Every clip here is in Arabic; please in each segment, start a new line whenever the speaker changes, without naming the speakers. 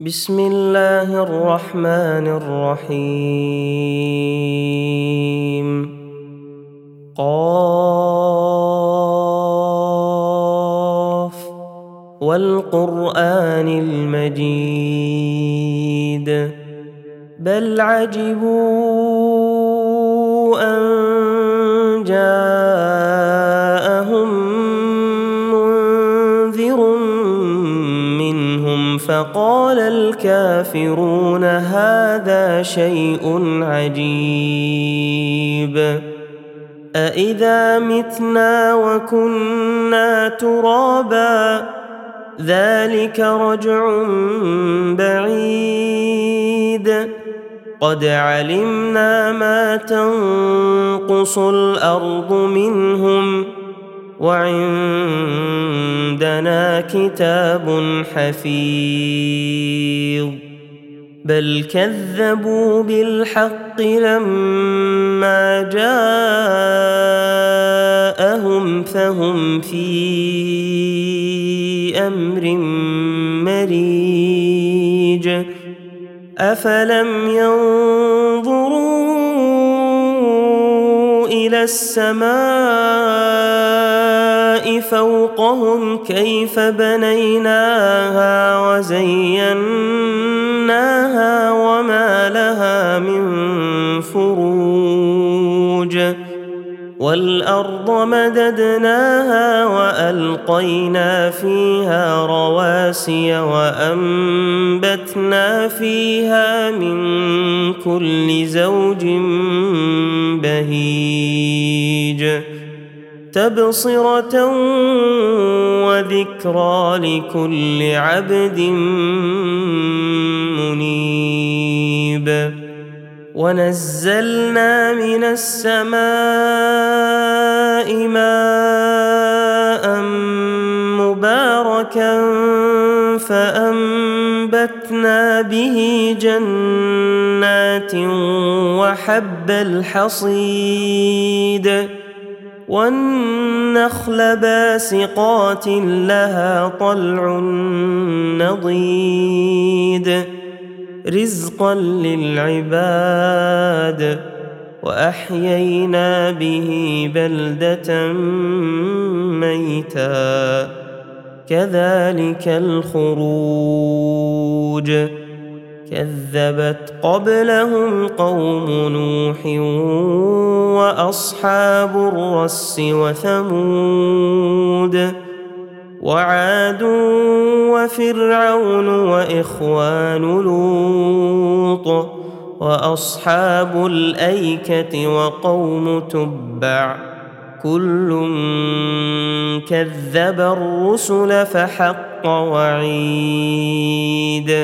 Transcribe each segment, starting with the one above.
بسم الله الرحمن الرحيم. قاف والقرآن المجيد بل عجبوا أن جاءهم منذر منهم فقال الكافرون هذا شيء عجيب أإذا متنا وكنا ترابا ذلك رجع بعيد قد علمنا ما تنقص الأرض منهم وعندنا كتاب حفيظ بل كذبوا بالحق لما جاءهم فهم في أمر مريج أفلم ينظروا إلى السماء فوقهم كيف بنيناها وزيناها وما لها من فروج والأرض مددناها وألقينا فيها رواسي وأنبتنا فيها من كل زوج بهيج تبصرة وذكرى لكل عبد منيب ونزلنا من السماء ماء مباركا فأنبتنا به جنات وحب الحصيد والنخل باسقات لها طلع نضيد رزقا للعباد وأحيينا به بلدة ميتا كذلك الخروج كذبت قبلهم قوم نوح وأصحاب الرس وثمود وعاد وفرعون وإخوان لوط وأصحاب الأيكة وقوم تبع كل كذب الرسل فحق وعيد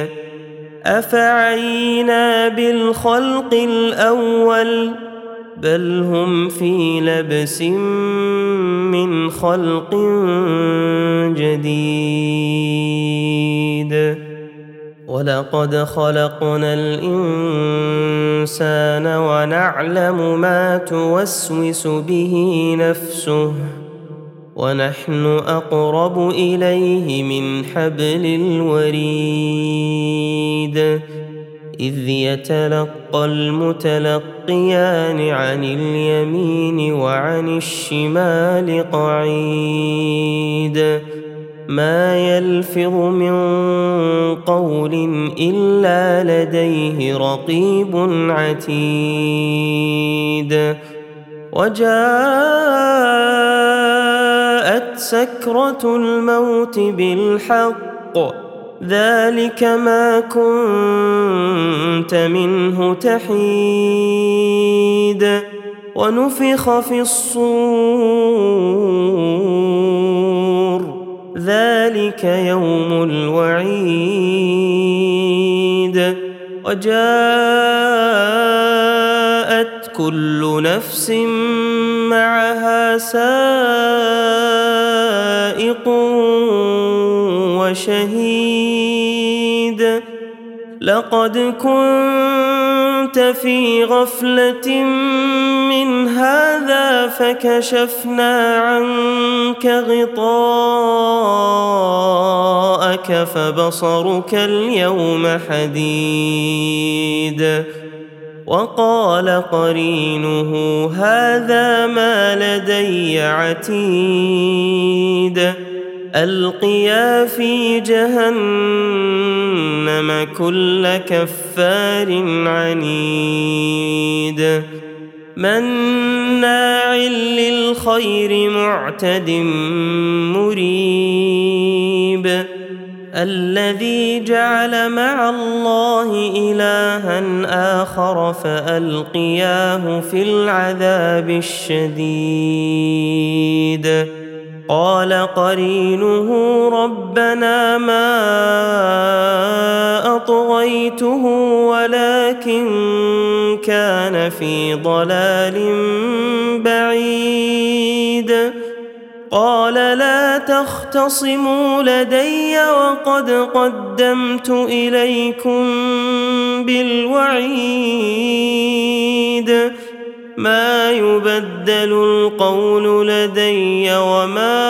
أفعينا بالخلق الأول بل هم في لبس من خلق جديد ولقد خلقنا الإنسان ونعلم ما توسوس به نفسه ونحن أقرب إليه من حبل الوريد إذ يتلقى المتلقيان عن اليمين وعن الشمال قعيد ما يلفظ من قول إلا لديه رقيب عتيد وجاءت سكرة الموت بالحق ذلك ما كنت منه تحيد ونفخ في الصور ذلك يوم الوعيد وجاءت كل نفس معها سائق وشهيد لقد كنتم كنت في غفلة من هذا فكشفنا عنك غطاءك فبصرك اليوم حديد وقال قرينه هذا ما لدي عتيد ألقيا في جهنم كل كفار عنيد مناع للخير معتد مريب الذي جعل مع الله إلها آخر فألقياه في العذاب الشديد قال قرينه ربنا ما أطغيته ولكن كان في ضلال بعيد قال لا تختصموا لدي وقد قدمت إليكم بالوعيد ما يبدل القول لدي وما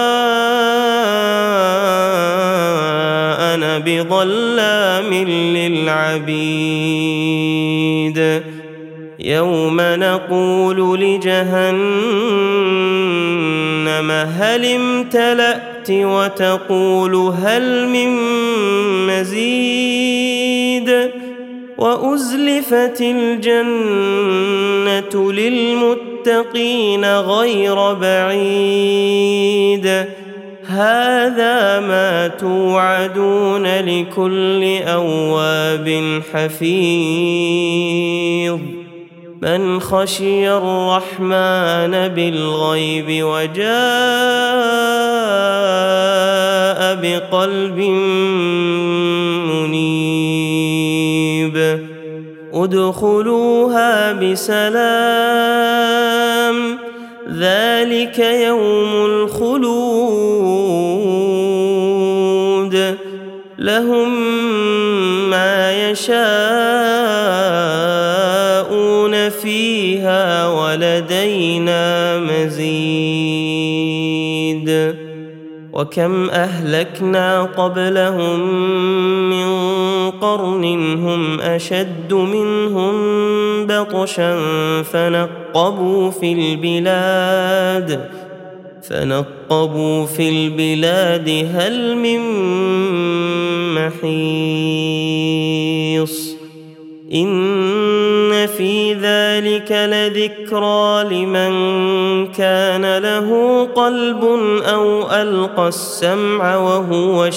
أنا بظلام للعبيد يوم نقول لجهنم هل امتلأت وتقول هل من مزيد وأزلفت الجنة للمتقين غير بعيد هذا ما توعدون لكل أواب حفيظ من خشي الرحمن بالغيب وجاء بقلب منيب ادخلوها بسلام ذلك يوم الخلود لهم ما يشاءون فيها ولدينا مزيد وكم أهلكنا قبلهم من قرن هم أشد منهم بطشا فنقبوا في البلاد هل من محيص إن في ذلك لذكرى لمن كان له قلب أو ألقى السمع وهو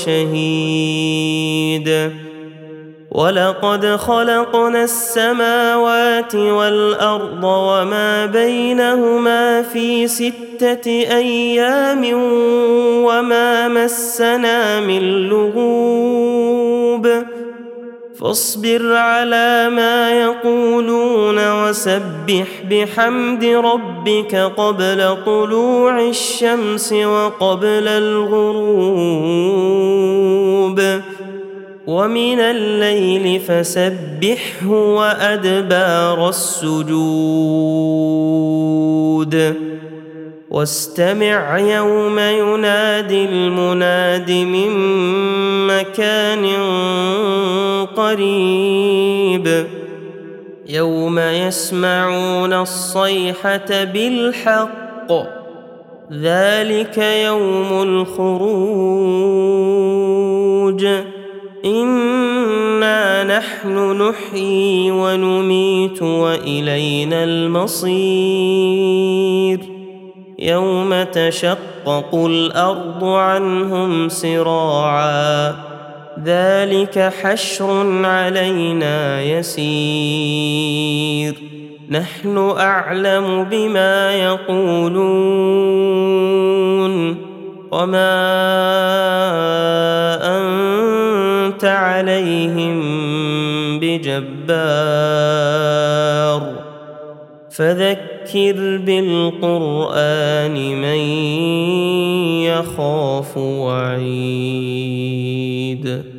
شهيد ولقد خلقنا السماوات والأرض وما بينهما في 6 أيام وما مسنا من لغوب فاصبر على ما يقولون وسبح بحمد ربك قبل طلوع الشمس وقبل الغروب ومن الليل فسبحه وأدبار السجود واستمع يوم ينادي المناد من مكان قريب يوم يسمعون الصيحة بالحق ذلك يوم الخروج إنا نحن نحيي ونميت وإلينا المصير يوم تشقق الأرض عنهم سراعا ذلك حشر علينا يسير نحن أعلم بما يقولون وما أنت عليهم بجبار فذكر بالقرآن من يخاف وعيد